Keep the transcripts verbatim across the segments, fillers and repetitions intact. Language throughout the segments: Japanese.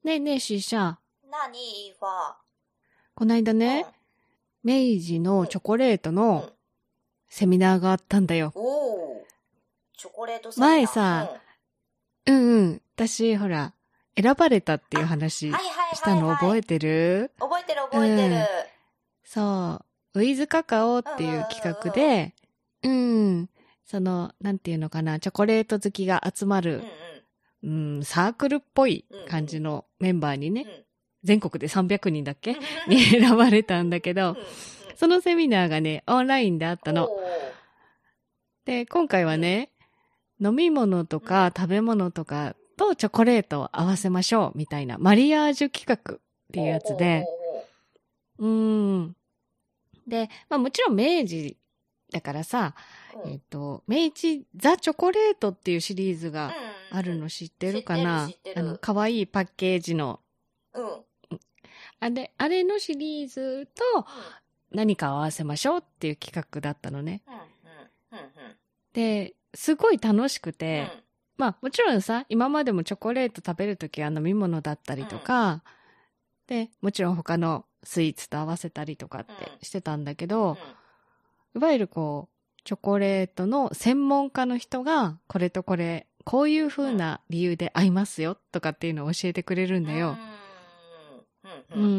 ねえねえ、シーシャ。 なに、イーファこないだね、明治のチョコレートのセミナーがあったんだよ。 おー。チョコレートセミナー。 前さ、うんうん、私、ほら、選ばれたっていう話したの覚えてる？ 覚えてる覚えてる。うん、 そう、ウィズカカオっていう企画で、うん、うん、その、なんていうのかな、チョコレート好きが集まる、うん、うん、サークルっぽい感じのメンバーにね、うんうん、全国でさんびゃくにんだっけに選ばれたんだけど、そのセミナーがね、オンラインであったの。で、今回はね、飲み物とか食べ物とかとチョコレートを合わせましょうみたいなマリアージュ企画っていうやつで、うーん。で、まあもちろん明治だからさ、えっと、明治ザ・チョコレートっていうシリーズがあるの知ってるかな？あの、可愛いパッケージの。うん。あれ、あれのシリーズと何かを合わせましょうっていう企画だったのね。で、すごい楽しくて、うん、まあもちろんさ、今までもチョコレート食べるときは飲み物だったりとか、うん、で、もちろん他のスイーツと合わせたりとかってしてたんだけど、うん、いわゆるこう、チョコレートの専門家の人が、これとこれ、こういう風な理由で合いますよとかっていうのを教えてくれるんだよ。うん。うん、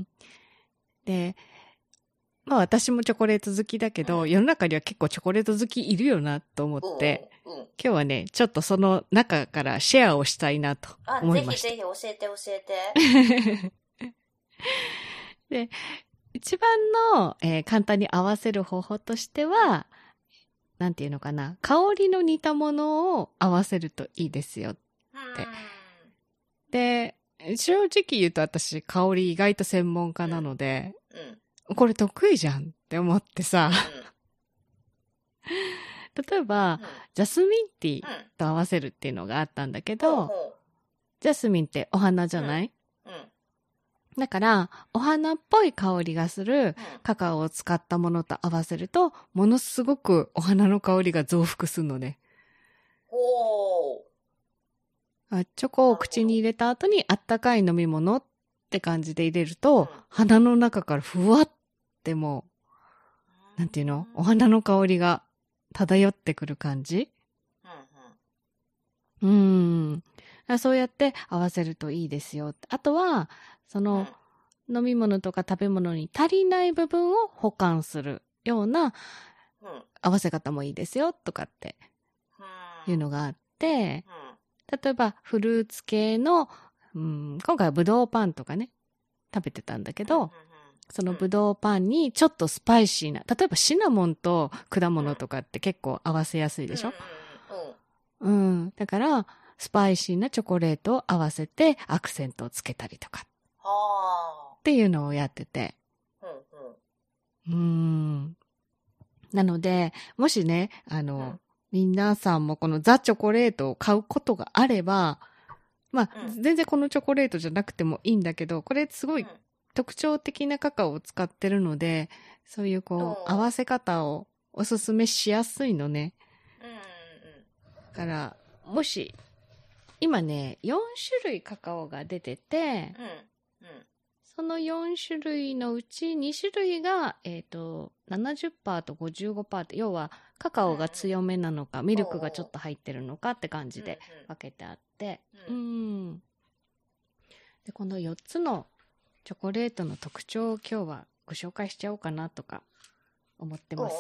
で、まあ私もチョコレート好きだけど、うん、世の中には結構チョコレート好きいるよなと思って、うんうん、今日はね、ちょっとその中からシェアをしたいなと思いました。 あ、ぜひぜひ教えて教えて。 で、一番の、えー、簡単に合わせる方法としては、なんていうのかな、香りの似たものを合わせるといいですよって。で、正直言うと私、香り意外と専門家なので、うんうん、これ得意じゃんって思ってさ、うん、例えば、うん、ジャスミンティーと合わせるっていうのがあったんだけど、うん、ジャスミンってお花じゃない？うんうん、だから、お花っぽい香りがするカカオを使ったものと合わせると、ものすごくお花の香りが増幅するのね。 ほー。チョコを口に入れた後にあったかい飲み物って感じで入れると、うん、鼻の中からふわってもう、なんていうの？お花の香りが漂ってくる感じ？うん、うん。うん。そうやって合わせるといいですよ。あとは、その、うん、飲み物とか食べ物に足りない部分を補完するような合わせ方もいいですよとかっていうのがあって、うん、例えばフルーツ系の、うん、今回はブドウパンとかね、食べてたんだけど、うん、そのブドウパンにちょっとスパイシーな、例えばシナモンと果物とかって結構合わせやすいでしょ？うん、うん、だから、スパイシーなチョコレートを合わせてアクセントをつけたりとかっていうのをやってて、うん、うん、うーん。なのでもしね、あの、うん、皆さんもこのザ・チョコレートを買うことがあれば、まあ、うん、全然このチョコレートじゃなくてもいいんだけど、これすごい特徴的なカカオを使ってるので、そういうこう、合わせ方をおすすめしやすいのね。だから、もし今ね、よん種類カカオが出てて、うんうん、そのよん種類のうちに種類が、えっと、ななじゅっパーセントと ごじゅうごパーセント って、要はカカオが強めなのか、うん、ミルクがちょっと入ってるのかって感じで分けてあって、うん、うん。で、このよっつのチョコレートの特徴を今日はご紹介しちゃおうかなとか思ってます。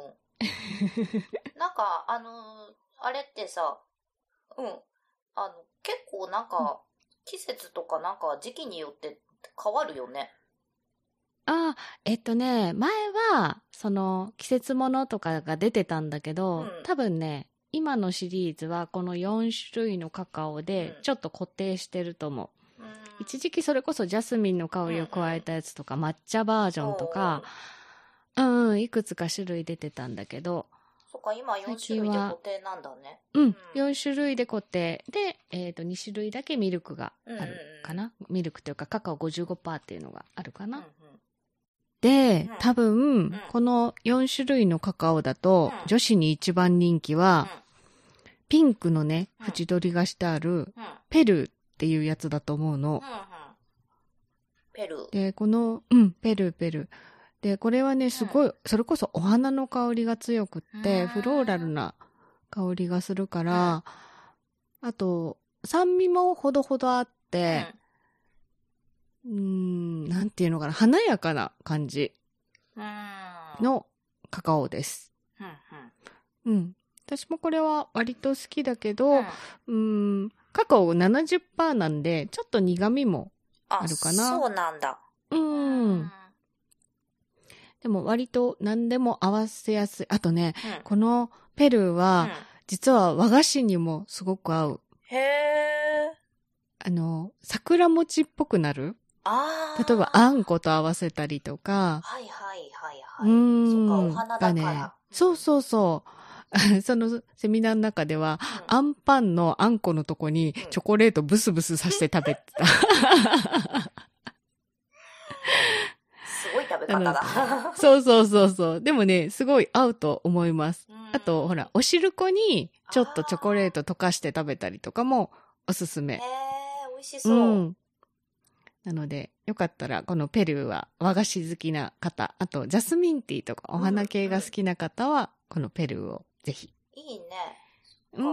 なんか、あのー、あれってさ、うん。あの、結構なんか、季節とかなんか時期によって変わるよね。 ああ、えっとね、前は、その、季節ものとかが出てたんだけど、うん、多分ね、今のシリーズはこのよん種類のカカオでちょっと固定してると思う。うん、一時期それこそジャスミンの香りを加えたやつとか、うんうん、抹茶バージョンとか、うん、うん、いくつか種類出てたんだけど、 そっか、今よん種類で固定なんだね。 うん、うん、よん種類で固定で、えっと、に種類だけミルクがあるかな。うんうん、ミルクというかカカオ ごじゅうごパーセント っていうのがあるかな。うんうん、で、多分、うん、このよん種類のカカオだと、うん、女子に一番人気は、うん、ピンクのね、縁取りがしてある、ペルーっっていうやつだと思うの。 うんうん。ペルー。 で、この、うん、ペルー、ペルー。で、これはね、すごい、うん、それこそお花の香りが強くって、フローラルな香りがするから、うん、あと、酸味もほどほどあって、うーん、なんていうのかな、華やかな感じのカカオです。うん、うん。私もこれは割と好きだけど、うん、うーんカカオ ななじゅっパーセント なんで、ちょっと苦味もあるかな。 そうなんだ。 うん。でも割と何でも合わせやすい。あとね、うん、このペルーは、うん、実は和菓子にもすごく合う。 へー。 あの、桜餅っぽくなる？ あ例えばあんこと合わせたりとか。 はいはいはいはい。うん。そっか、お花だから。ね、 そうそうそう。そのセミナーの中では、うん、あんパンのあんこのとこにチョコレートブスブスさして食べてた。 すごい食べ方だ。 そうそうそうそう。でもね、すごい合うと思います。あと、ほら、お汁粉にちょっとチョコレート溶かして食べたりとかもおすすめ。 へー、美味しそう。うん。 なので、よかったら、このペルーは和菓子好きな方、あと、ジャスミンティーとかお花系が好きな方は、このペルーをぜひ。 いいね。 うん。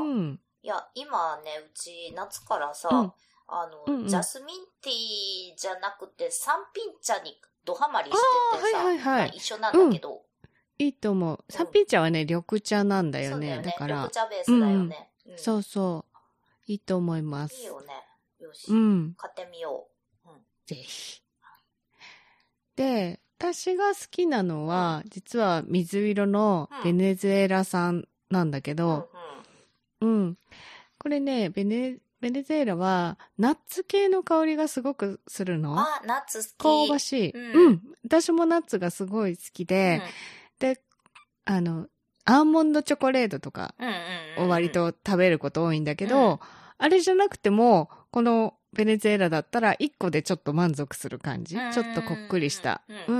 いや、今ね、うち夏からさ、うん、あの、うんうん、ジャスミンティーじゃなくて、三品茶にドハマりしててさ、はいはいはい、まあ、一緒なんだけど、うん。 いいと思う。三品茶はね、緑茶なんだよね。そうだよね。だから。 緑茶ベースだよね、 うんうん。そうそう。いいと思います。 いいよね。よし。 うん。 買ってみよう。うん、 ぜひ。で、私が好きなのは、うん、実は水色のベネズエラ産なんだけど、うん、うんうん。これね、ベネ、ベネズエラは、ナッツ系の香りがすごくするの。 あ、ナッツ好き。香ばしい。うん。うん、私もナッツがすごい好きで、うん、で、あの、アーモンドチョコレートとかを割と食べること多いんだけど、うん、あれじゃなくても、このベネズエラだったらいっこでちょっと満足する感じ。ちょっとこっくりした。うん。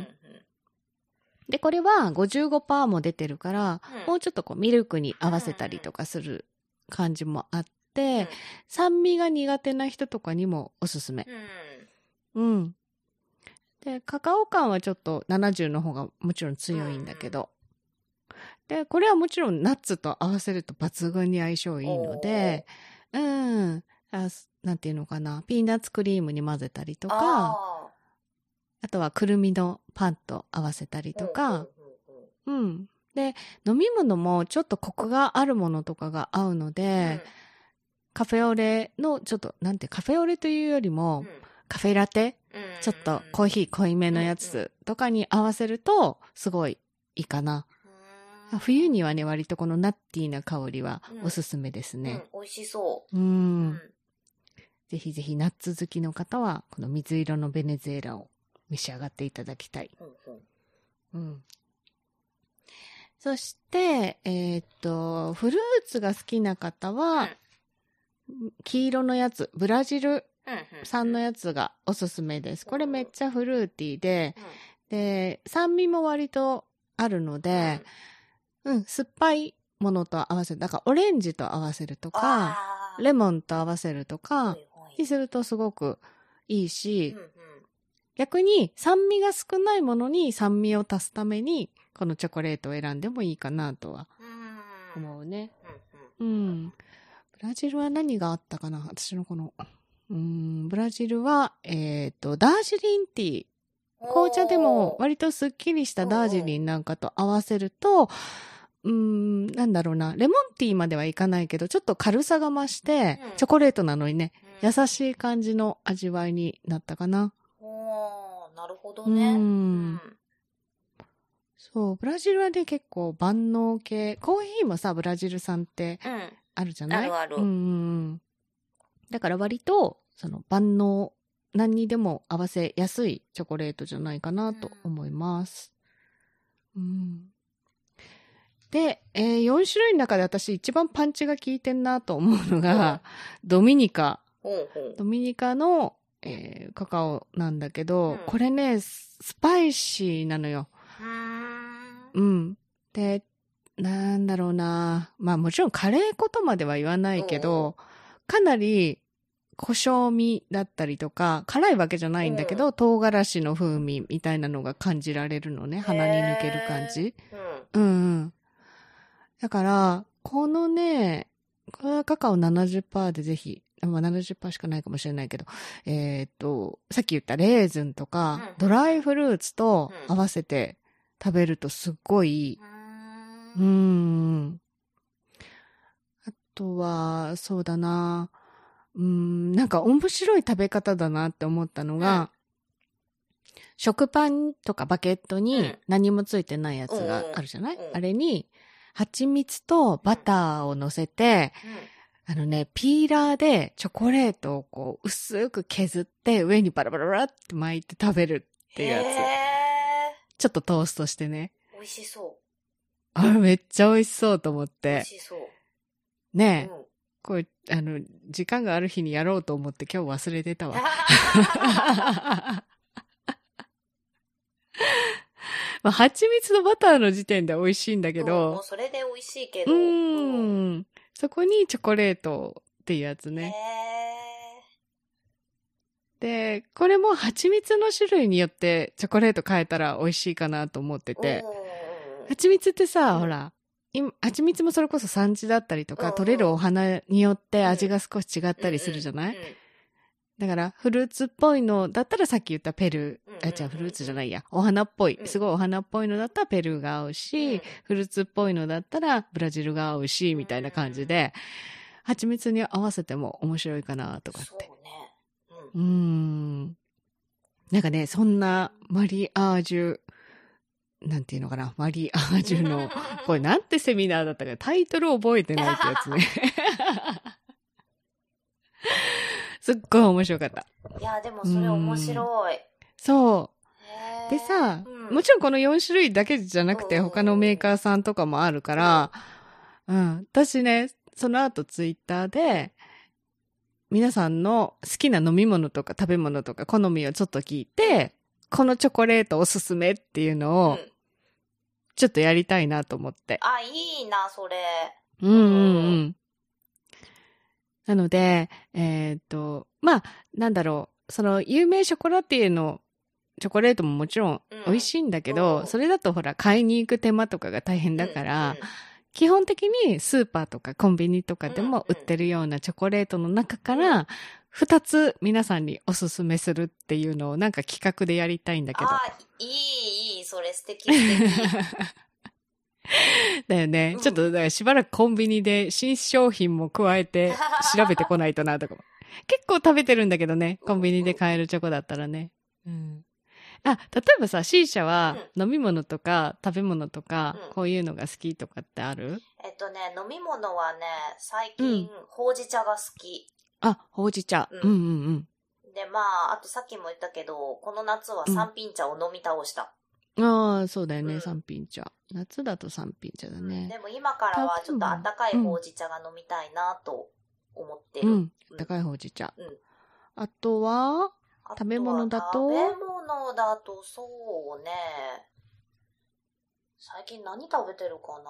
で、これは ごじゅうごパーセント も出てるから、うん、もうちょっとこうミルクに合わせたりとかする感じもあって、うん、酸味が苦手な人とかにもおすすめ。うん。うん。で、カカオ感はちょっとななじゅうの方がもちろん強いんだけど。で、これはもちろんナッツと合わせると抜群に相性いいので、うん。あ、なんていうのかな。ピーナッツクリームに混ぜたりとか、あ, あとはくるみのパンと合わせたりとか、うん、うん。で、飲み物もちょっとコクがあるものとかが合うので、うん、カフェオレのちょっと、なんて、カフェオレというよりも、うん、カフェラテ、うん、ちょっとコーヒー濃いめのやつとかに合わせると、すごいいいかな。うん、冬にはね、割とこのナッティーな香りはおすすめですね。 うん、美味しそう。 うん。ぜひぜひナッツ好きの方は、この水色のベネズエラを召し上がっていただきたい。うんうんうん、そして、えー、っと、フルーツが好きな方は、うん、黄色のやつ、ブラジル産のやつがおすすめです。これめっちゃフルーティーで、うん、で、酸味も割とあるので、うん、うん、酸っぱいものと合わせる。だからオレンジと合わせるとか、レモンと合わせるとか、にするとすごくいいし、うんうん、逆に酸味が少ないものに酸味を足すためにこのチョコレートを選んでもいいかなとは思うね。うん、うん。ブラジルは何があったかな、私のこの、うーん、ブラジルは、えっと、ダージリンティー。紅茶でも割とスッキリしたダージリンなんかと合わせると、うーん、なんだろうな、レモンティーまではいかないけど、ちょっと軽さが増して、うん、チョコレートなのにね、うん、優しい感じの味わいになったかな。 おー、なるほどね。うん。うん、 そう、ブラジルはね、結構万能系、コーヒーもさ、ブラジル産ってあるじゃない？ うん、あるある。 うん。だから割と、その万能、何にでも合わせやすいチョコレートじゃないかなと思います。うん、うんで、えー、よん種類の中で私一番パンチが効いてんなと思うのが、うん、ドミニカ。 うんうん、 ドミニカの、えー、カカオなんだけど、うん、これね、スパイシーなのよ。うん。で、なんだろうな。まあもちろんカレー粉とまでは言わないけど、かなり胡椒味だったりとか、辛いわけじゃないんだけど、うん、唐辛子の風味みたいなのが感じられるのね。鼻に抜ける感じ。うん、うんうん。だから、このね、これはカカオ ななじゅっパーセント でぜひ、まあ ななじゅっパーセント しかないかもしれないけど、えー、っと、さっき言ったレーズンとか、うん、ドライフルーツと合わせて食べるとすっごい、うん、うーん。あとは、そうだな、うーん、なんか面白い食べ方だなって思ったのが、うん、食パンとかバケットに何もついてないやつがあるじゃない、うんうん、あれに、蜂蜜とバターを乗せて、うん、あのね、ピーラーでチョコレートをこう、薄く削って上にバラバラバラって巻いて食べるっていうやつ。ちょっとトーストしてね。 美味しそう。 あれめっちゃ美味しそうと思って。 美味しそう。 ねえ。うん、これ、あの、時間がある日にやろうと思って今日忘れてたわ。まあ、蜂蜜とバターの時点で美味しいんだけど。 うん、もうそれで美味しいけど。 うーん。うん、そこにチョコレートっていうやつね。で、これも蜂蜜の種類によってチョコレート変えたら美味しいかなと思ってて。蜂蜜ってさ、うん、ほら、蜂蜜もそれこそ産地だったりとか、取れるお花によって味が少し違ったりするじゃない、うんうんうん、だから、フルーツっぽいのだったらさっき言ったペルー、あ、違う、フルーツじゃないや、お花っぽい、すごいお花っぽいのだったらペルーが合うし、うん、フルーツっぽいのだったらブラジルが合うし、みたいな感じで、蜂蜜に合わせても面白いかなとかって。 そうね。 うん。うーん。なんかね、そんなマリアージュ、なんていうのかな、マリアージュの、これなんてセミナーだったか、タイトル覚えてないってやつね。すっごい面白かった。 いや、でもそれ面白い。 そう。でさ、うん、もちろんこのよん種類だけじゃなくて、他のメーカーさんとかもあるから、うん、うん、私ね、その後ツイッターで、皆さんの好きな飲み物とか食べ物とか好みをちょっと聞いて、このチョコレートおすすめっていうのを、ちょっとやりたいなと思って。 あ、いいな、それ。 うんうんうん。なので、えー、っと、まあ、なんだろう、その有名ショコラティエのチョコレートももちろん美味しいんだけど、うん、それだとほら買いに行く手間とかが大変だから、うんうん、基本的にスーパーとかコンビニとかでも売ってるようなチョコレートの中から二つ皆さんにおすすめするっていうのをなんか企画でやりたいんだけど。 あ、いいいい、それ素敵素敵。 だよね、うん。ちょっとだからしばらくコンビニで新商品も加えて調べてこないとなとか。結構食べてるんだけどね、コンビニで買えるチョコだったらね。うん。あ、例えばさ、C 社は飲み物とか食べ物とか、こういうのが好きとかってある？ えっとね、飲み物はね、最近、うん、ほうじ茶が好き。 あ、ほうじ茶。うん、うんうんうん。 で、まあ、あとさっきも言ったけど、この夏は三品茶を飲み倒した。 うん、ああ、そうだよね、うん、三品茶。夏だと三品茶だね。 うん、でも今からはちょっとあったかいほうじ茶が飲みたいなと思ってる。うん、 あったかいほうじ茶。うん、あとは、食べ物だと？ 食べ物だとそうね。最近何食べてるかな？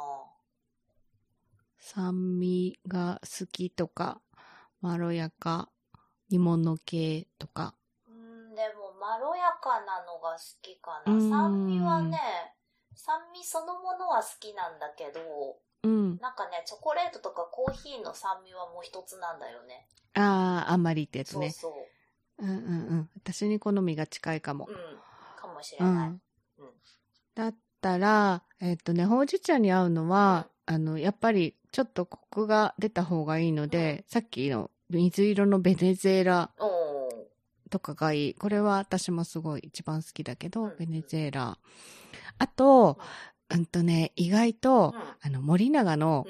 酸味が好きとか、まろやか、煮物系とか。 うん、でもまろやかなのが好きかな。酸味はね、酸味そのものは好きなんだけど、うん、なんかね、チョコレートとかコーヒーの酸味はもう一つなんだよね。 ああ、あんまりってやつね。 そうそう。 うんうんうん。私に好みが近いかも。 うん。かもしれない。うん。うん、 だったら、えっとね、ほうじ茶に合うのは、うん、あの、やっぱりちょっとコクが出た方がいいので、うん、さっきの水色のベネズエラとかがいい。これは私もすごい一番好きだけど、うん、ベネズエラ。あと、うん、うんとね、意外と、うん、あの、森永の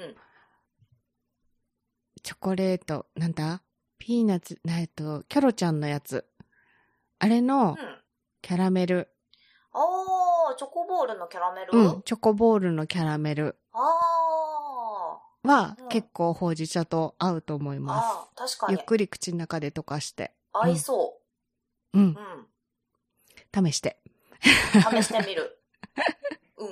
チョコレート、なんだピーナッツ、えっと、キョロちゃんのやつ。あれの、キャラメル。 うん、あー、チョコボールのキャラメル？ うん、チョコボールのキャラメル。 あー。は、うん、結構ほうじ茶と合うと思います。 あー、確かに。 ゆっくり口の中で溶かして。 合いそう。 うん。うん。試して。 試してみる。うん。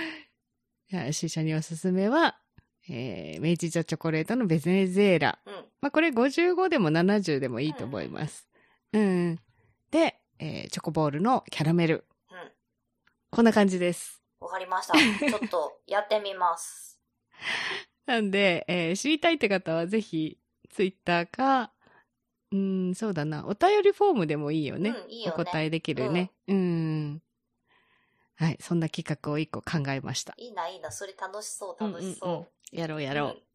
じゃあ、C社におすすめは、えー、明治茶チョコレートのベネズエラ。うん。 まあ、これごじゅうごでもななじゅうでもいいと思います。うん、うん。で、えー、チョコボールのキャラメル。うん。こんな感じです。 わかりました。ちょっとやってみます。 なんで、えー、知りたいって方はぜひ、ツイッターか、うん、そうだな。お便りフォームでもいいよね。うん、いいよね。お答えできるね。うん。うんはい。そんな企画を一個考えました。 いいな、いいな。それ楽しそう、楽しそう。うんうんうん、 やろう、やろう。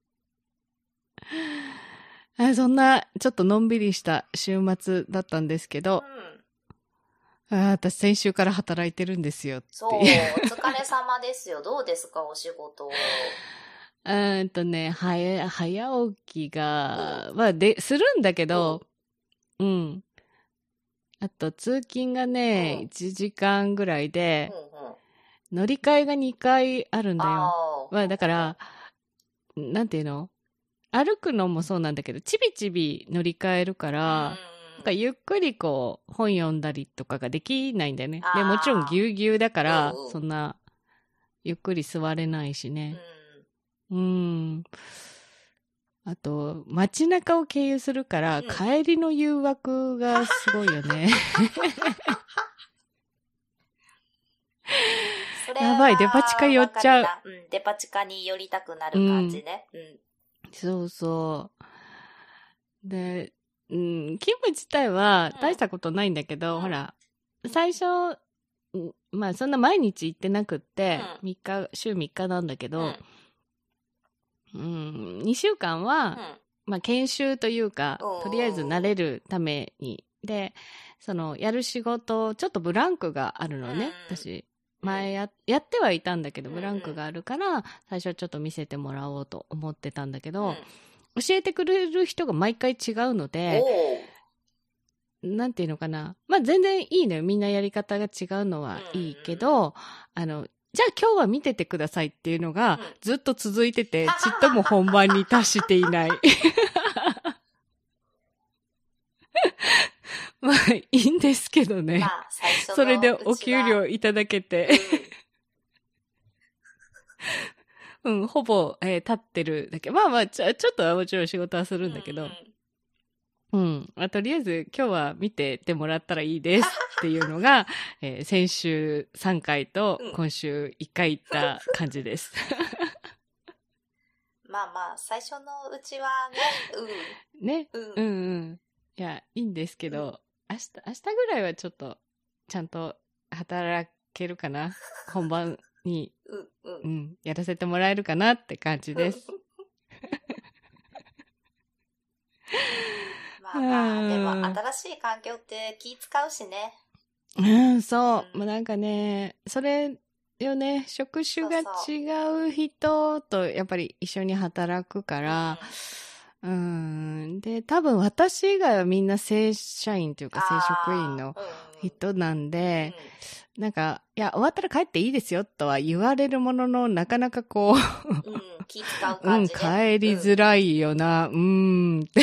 うん、あそんな、ちょっとのんびりした週末だったんですけど、うん、あ私先週から働いてるんですよって。 そう、お疲れ様ですよ。どうですか、お仕事。 うんとね、早、早起きが、うん、まあで、するんだけど、うん、うんあと、通勤がね、うん、いちじかんぐらいで、うんうん、乗り換えがにかいあるんだよ。まあ、だから、なんていうの歩くのもそうなんだけど、ちびちび乗り換えるから、なんかゆっくりこう、本読んだりとかができないんだよね。で、もちろんぎゅうぎゅうだから、うんうん、そんな、ゆっくり座れないしね。うん。うんあと、街中を経由するから、うん、帰りの誘惑がすごいよね。 それはやばい、デパ地下寄っちゃう。 うん、デパ地下に寄りたくなる感じね。うん。うん、 そうそう。で、うん、勤務自体は大したことないんだけど、うん、ほら、最初、まあそんな毎日行ってなくって、うん、みっか、週みっかなんだけど、うん、うん、にしゅうかんは、うん、まあ研修というか、とりあえず慣れるために、で、その、やる仕事、ちょっとブランクがあるのね、うん、私。前や、やってはいたんだけど、ブランクがあるから、最初ちょっと見せてもらおうと思ってたんだけど、うん、教えてくれる人が毎回違うので、なんていうのかな。まあ全然いいのよ。みんなやり方が違うのはいいけど、あの、じゃあ今日は見ててくださいっていうのがずっと続いてて、ちっとも本番に達していない。まあいいんですけどね。まあ最初のそれでお給料いただけて。うん、ほぼ、えー、立ってるだけ。まあまあちょ、ちょっとはもちろん仕事はするんだけど。うん、うんあ。とりあえず今日は見ててもらったらいいですっていうのが、えー、先週さんかいと今週いっかい行った感じです。 まあまあ、最初のうちはね、 うん。ね、うん、うんうんいや、いいんですけど、うん、明日、明日ぐらいはちょっと、ちゃんと働けるかな本番に、うんうん、うん、やらせてもらえるかなって感じです。 まあまあ、でも新しい環境って気使うしね。 うん、そう。うん、もうなんかね、それよね、職種が違う人とやっぱり一緒に働くから、そうそううん、で、多分私以外はみんな正社員というか正職員の人なんで、うん、なんか、いや、終わったら帰っていいですよとは言われるものの、なかなかこう、 うん、気使う感じね。 うん、帰りづらいよな、うん、うーんって。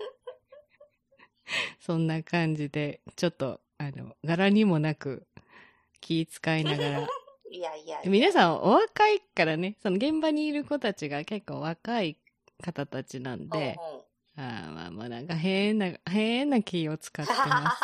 そんな感じで、ちょっと、あの、柄にもなく気使いながら。 いやいやいや。 皆さんお若いからね、その現場にいる子たちが結構若い方たちなんで、うんうん、あまあまあなんか変な、変な気を使ってます。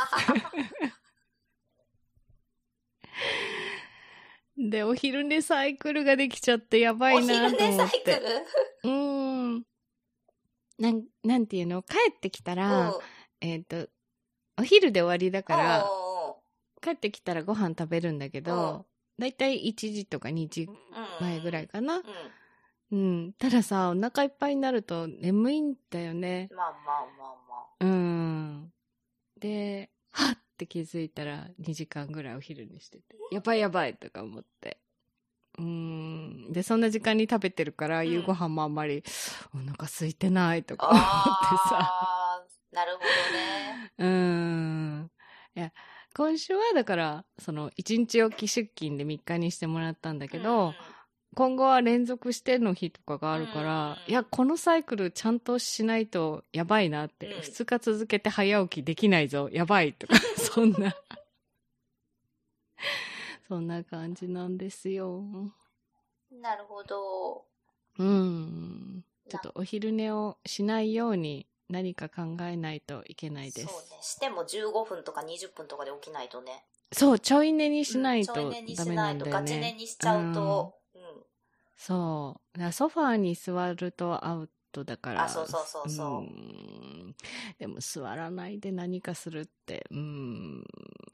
で、お昼寝サイクルができちゃってやばいなと思って。お昼寝サイクルうーん。なん、なんていうの帰ってきたら、えっと、お昼で終わりだから、帰ってきたらご飯食べるんだけど、だいたいいちじとかにじまえぐらいかな。うんうん。たださ、お腹いっぱいになると眠いんだよね。 まあまあまあまあ。 うん。で、はっって気づいたらにじかんぐらいお昼にしてて。やばいやばいとか思って。うん。で、そんな時間に食べてるから、うん、夕ご飯もあんまりお腹空いてないとか思ってさ。 あー、なるほどね。 うん。いや、今週はだから、そのいちにちおき出勤でみっかにしてもらったんだけど、うん今後は連続しての日とかがあるから、うん、いや、このサイクルちゃんとしないとやばいなって、うん、ふつか続けて早起きできないぞ、やばいとか、そんな、そんな感じなんですよ。 なるほど。 うん。 ちょっとお昼寝をしないように何か考えないといけないです。 そうね。してもじゅうごふんとかにじゅっぷんとかで起きないとね。 そう、ちょい寝にしないとうん、ちょい寝にダしメなんだよね。 ないとガチ寝にしちゃうと、うん。うん、 そう。だからソファーに座るとアウトだから。 あ、そうそうそうそう。うん、でも座らないで何かするって、うーん。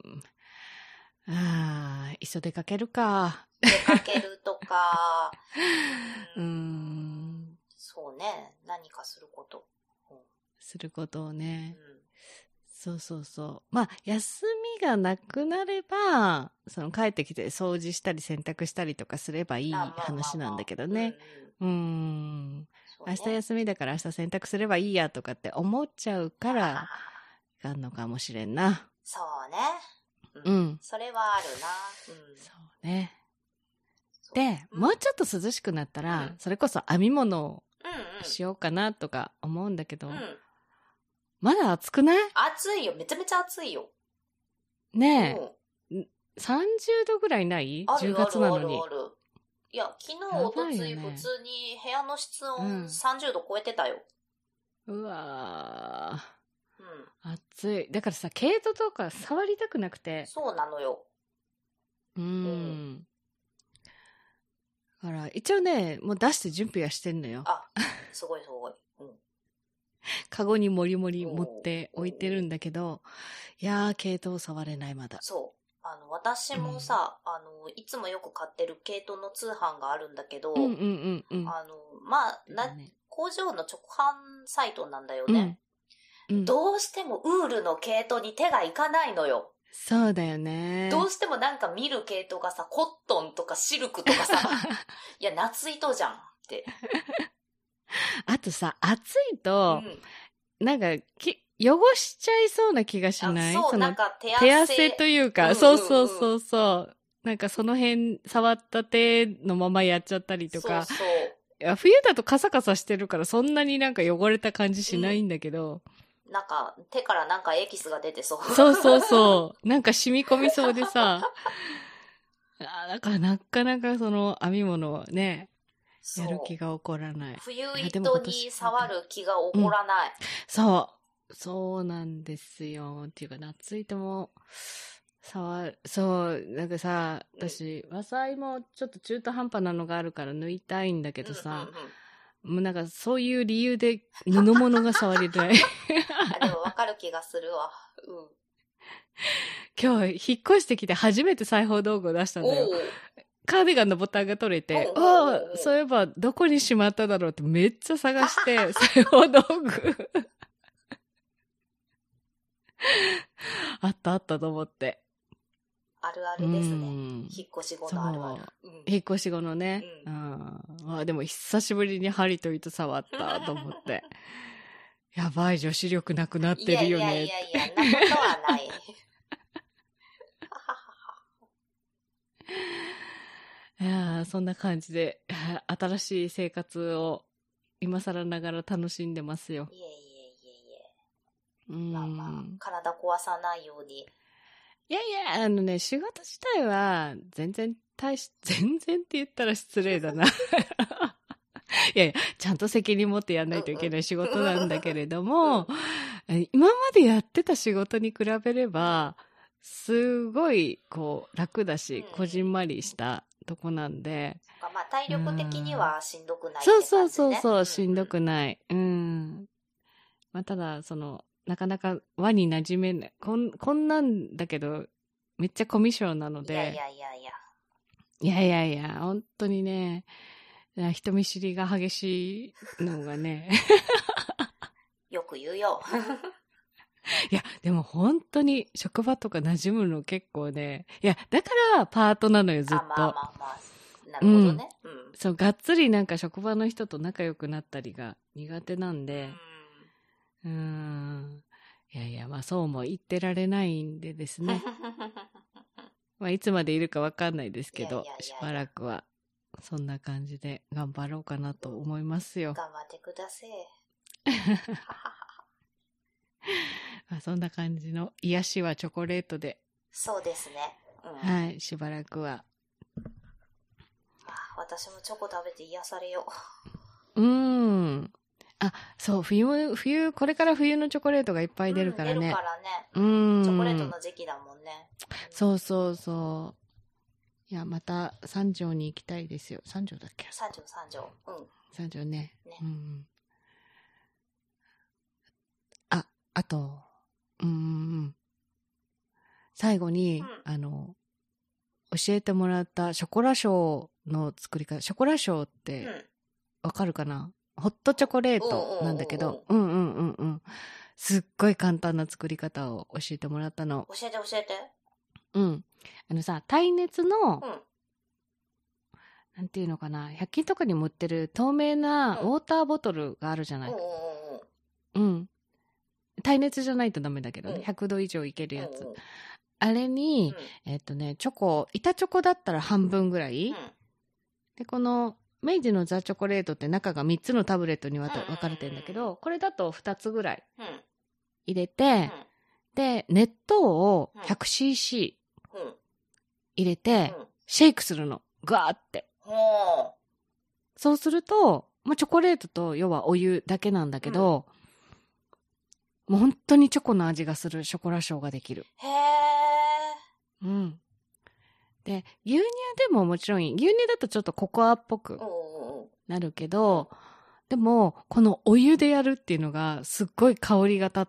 ああ、磯出かけるか。 出かけるとか、 うーん。 そうね。何かすること。 うん、することをね。 うん、 そうそうそう。まあ、休みがなくなれば、その帰ってきて掃除したり洗濯したりとかすればいい話なんだけどね。うーん。明日休みだから明日洗濯すればいいやとかって思っちゃうから、いかんのかもしれんな。 そうね。 うん。うん、 それはあるな。 うん、そうね。で、うん、もうちょっと涼しくなったら、うん、それこそ編み物をしようかなとか思うんだけど、うんうん、まだ暑くない？ 暑いよ。めちゃめちゃ暑いよ。 ねえ。うん、さんじゅうどぐらいない？ じゅう 月なのに。 あるあるある。いや、昨日、おとつい、普通に部屋の室温さんじゅうど超えてたよ。 うん、うわー。うん。暑い。だからさ、毛糸とか触りたくなくて。 そうなのよ。 うーん。うん、だから、一応ね、もう出して準備はしてんのよ。 あ、すごいすごい。うん。 カゴにもりもり持って置いてるんだけど、いやー、毛糸を触れないまだ。 そう。あの、私もさ、うん、あの、いつもよく買ってる毛糸の通販があるんだけど、 うんうんうんうん、 あの、まあ、な、ね、工場の直販サイトなんだよね。うんうん、どうしてもウールの毛糸に手がいかないのよ。 そうだよね。 どうしてもなんか見る毛糸がさ、コットンとかシルクとかさ、いや、夏糸じゃんって。 あとさ、暑いと、うん、なんかき、汚しちゃいそうな気がしない？ そう、 そのなんか手汗。 手汗というか、うんうんうん、そうそうそうそう。なんかその辺、触った手のままやっちゃったりとか。 そうそう。 いや、冬だとカサカサしてるから、そんなになんか汚れた感じしないんだけど。 うん、なんか、手からなんかエキスが出てそう。 そうそうそう。なんか染み込みそうでさ。あ、だからなかなかその編み物をね、やる気が起こらない。 冬糸に触る気が起こらない。うん、 そう。そうなんですよ。っていうか、夏糸も、触る、そう、なんかさ、私、うん、和裁もちょっと中途半端なのがあるから抜いたいんだけどさ、うんうんうん、もうなんかそういう理由で布物が触りたい。 あ、でもわかる気がするわ。うん。 今日、引っ越してきて初めて裁縫道具を出したんだよ。カーディガンのボタンが取れて、ああ、そういえばどこにしまっただろうってめっちゃ探して、裁縫道具。あったあったと思って。 あるあるですね。引っ越し後のあるある。 うん、引っ越し後のね。うん、あでも久しぶりに針と糸触ったと思って。やばい、女子力なくなってるよね。 いやいやいやいや、なことはない。 いやそんな感じで、新しい生活を今更ながら楽しんでますよ。 いえいえいえいえ。うん。まあまあ、体壊さないように。 いやいや、あのね、仕事自体は全然大し、全然って言ったら失礼だな。いやいや、ちゃんと責任持ってやんないといけない仕事なんだけれども、うんうん、今までやってた仕事に比べれば、すごい、こう、楽だし、こじんまりしたとこなんで。 まあ、体力的にはしんどくないって感じね。そうそうそうそう、しんどくない。うん。まあ、ただ、その、なかなか輪に馴染めない。こん、こんなんだけど、めっちゃコミュ障なので。いやいやいやいや。 いやいやいや、本当にね、人見知りが激しいのがね。 よく言うよ。 いや、でも本当に職場とか馴染むの結構ね。いや、だからパートなのよ、ずっと。あ、まあまあまあ。 なるほどね。 うん。うん、そう、がっつりなんか職場の人と仲良くなったりが苦手なんで。うーん。いやいや、まあそうも言ってられないんでですね。まあいつまでいるかわかんないですけど、いやいやいやいやしばらくはそんな感じで頑張ろうかなと思いますよ。 頑張ってください。 まあそんな感じの癒しはチョコレートで。 そうですね。 うん、はい、しばらくは。 私もチョコ食べて癒されよう。 うん。あ、そう、冬、冬、これから冬のチョコレートがいっぱい出るからね。うん、 出るからね。 うん。 チョコレートの時期だもんね。 そうそうそう。いや、また三条に行きたいですよ。三条だっけ？ 三条、三条。うん。 三条ね。 ね。 うん。あ、あと、うん。最後に、うん、あの、教えてもらったショコラショーの作り方。ショコラショーって、わかるかな？ホットチョコレートなんだけど、うんうんうんうん。すっごい簡単な作り方を教えてもらったの。 教えて教えて。 うん。あのさ、耐熱の、うん、なんていうのかな、ひゃく均とかにも売ってる透明なウォーターボトルがあるじゃない。うん。うん。耐熱じゃないとダメだけどね。うん、ひゃくど以上いけるやつ。うん、あれに、うん、えっとね、チョコ、板チョコだったら半分ぐらい。うん、で、この、明治のザ・チョコレートって中がみっつのタブレットに分かれてるんだけど、これだとふたつぐらい入れて、うん、で、熱湯を ひゃくシーシー 入れて、シェイクするの。ガーって。うん、そうすると、まあ、チョコレートと要はお湯だけなんだけど、うん、もう本当にチョコの味がするショコラショーができる。 へー。 うん。で、牛乳でももちろんいい。牛乳だとちょっとココアっぽくなるけど、でも、このお湯でやるっていうのがすっごい香りが立って、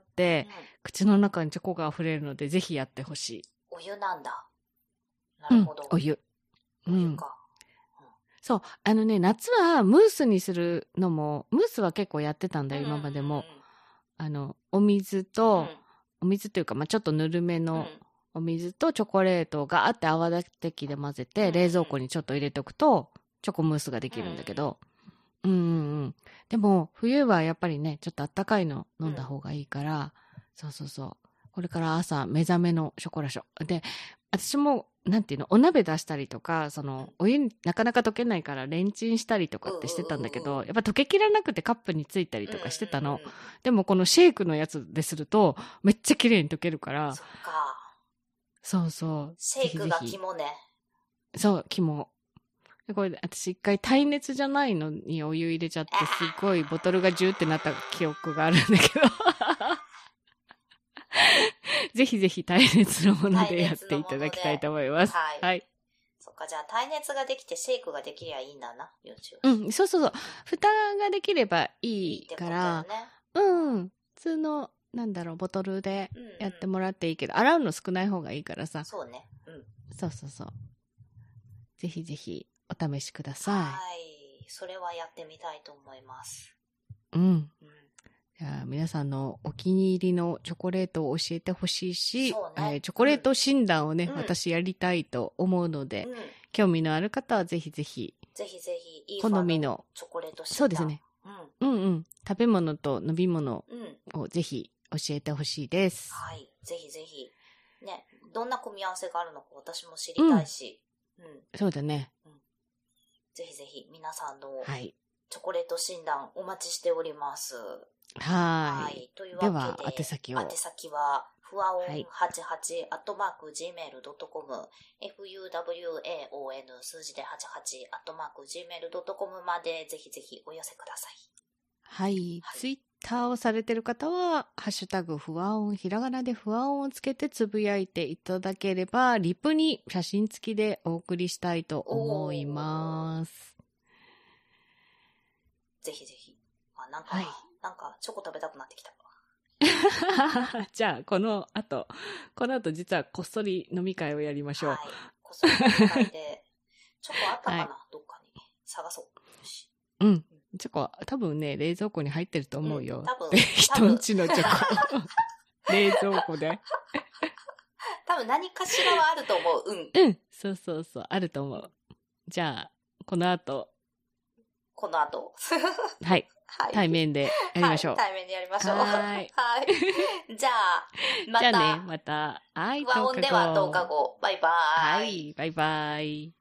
うん、口の中にチョコが溢れるので、ぜひやってほしい。 お湯なんだ。なるほど。 うん、お湯。 お湯か、 うん。そう。あのね、夏はムースにするのも、ムースは結構やってたんだよ、今までも。あの、お水と、うん、お水っていうか、まあちょっとぬるめの、うん、お水とチョコレートをガーって泡立て器で混ぜて、冷蔵庫にちょっと入れておくと、チョコムースができるんだけど、うんうんうん。でも、冬はやっぱりね、ちょっとあったかいの飲んだ方がいいから、そうそうそう。これから朝目覚めのショコラショー。で、私も、なんていうの、お鍋出したりとか、その、お湯になかなか溶けないからレンチンしたりとかってしてたんだけど、やっぱ溶けきらなくてカップについたりとかしてたの。でもこのシェイクのやつですると、めっちゃ綺麗に溶けるから、 そっか。 そうそう。 シェイクが肝ね。 そう、肝。これ、私一回耐熱じゃないのにお湯入れちゃって、すっごいボトルがジューってなった記憶があるんだけど。ぜひぜひ耐熱のものでやっていただきたいと思います。はい。はい。 そっか、じゃあ耐熱ができてシェイクができりゃいいんだな、 YouTube。うん、そうそうそう。蓋ができればいいから、いいってことだよね。うん。普通の、なんだろう、ボトルでやってもらっていいけど、うんうん、洗うの少ない方がいいからさ。 そうね。うん。 そうそうそう。ぜひぜひお試しください。 はい。それはやってみたいと思います。 うん。うんじゃあ皆さんのお気に入りのチョコレートを教えてほしいし、ねえー、チョコレート診断をね、うん、私やりたいと思うので、うん、興味のある方はぜひぜひ、 ぜひぜひ、いい好みのチョコレート診断。 そうですね、うん。うんうん。食べ物と飲み物をぜひ教えてほしいです、 うん。はい。ぜひぜひ。ね、どんな組み合わせがあるのか私も知りたいし。 うん。うん、そうだね、うん。 ぜひぜひ皆さんの、 はい、 チョコレート診断お待ちしております。 はい。 はい。というわけで、では、 宛先を。 宛先は、ふわおんはちはち、アットマーク、ジーメールドットコム、エフユーダブリューエーオーエヌ 数字ではちはち、アットマーク、ジーメールドットコム まで、ぜひぜひお寄せください。 はい。はい、ツイッターをされている方は、ハッシュタグ、ふわおん、ひらがなでふわおんをつけてつぶやいていただければ、リプに写真付きでお送りしたいと思います。 ぜひぜひ。あ、なんか、はい、なんか、チョコ食べたくなってきた。 じゃあ、この後、この後実はこっそり飲み会をやりましょう。はい。 こっそり飲み会で、チョコあったかな、はい、どっかに。探そう。よし。 うん。チョコ、多分ね、冷蔵庫に入ってると思うよ。うん、多分。人んちのチョコ。冷蔵庫で。 多分何かしらはあると思う。うん。 うん。そうそうそう。あると思う。じゃあ、この後。 この後。 はい。はい、対面でやりましょう。 はい、対面でやりましょう。 はい。 はい。じゃあ、また。 じゃあね、また。はい。 ふわおんではとおかご。バイバーイ。 はい。バイバイ。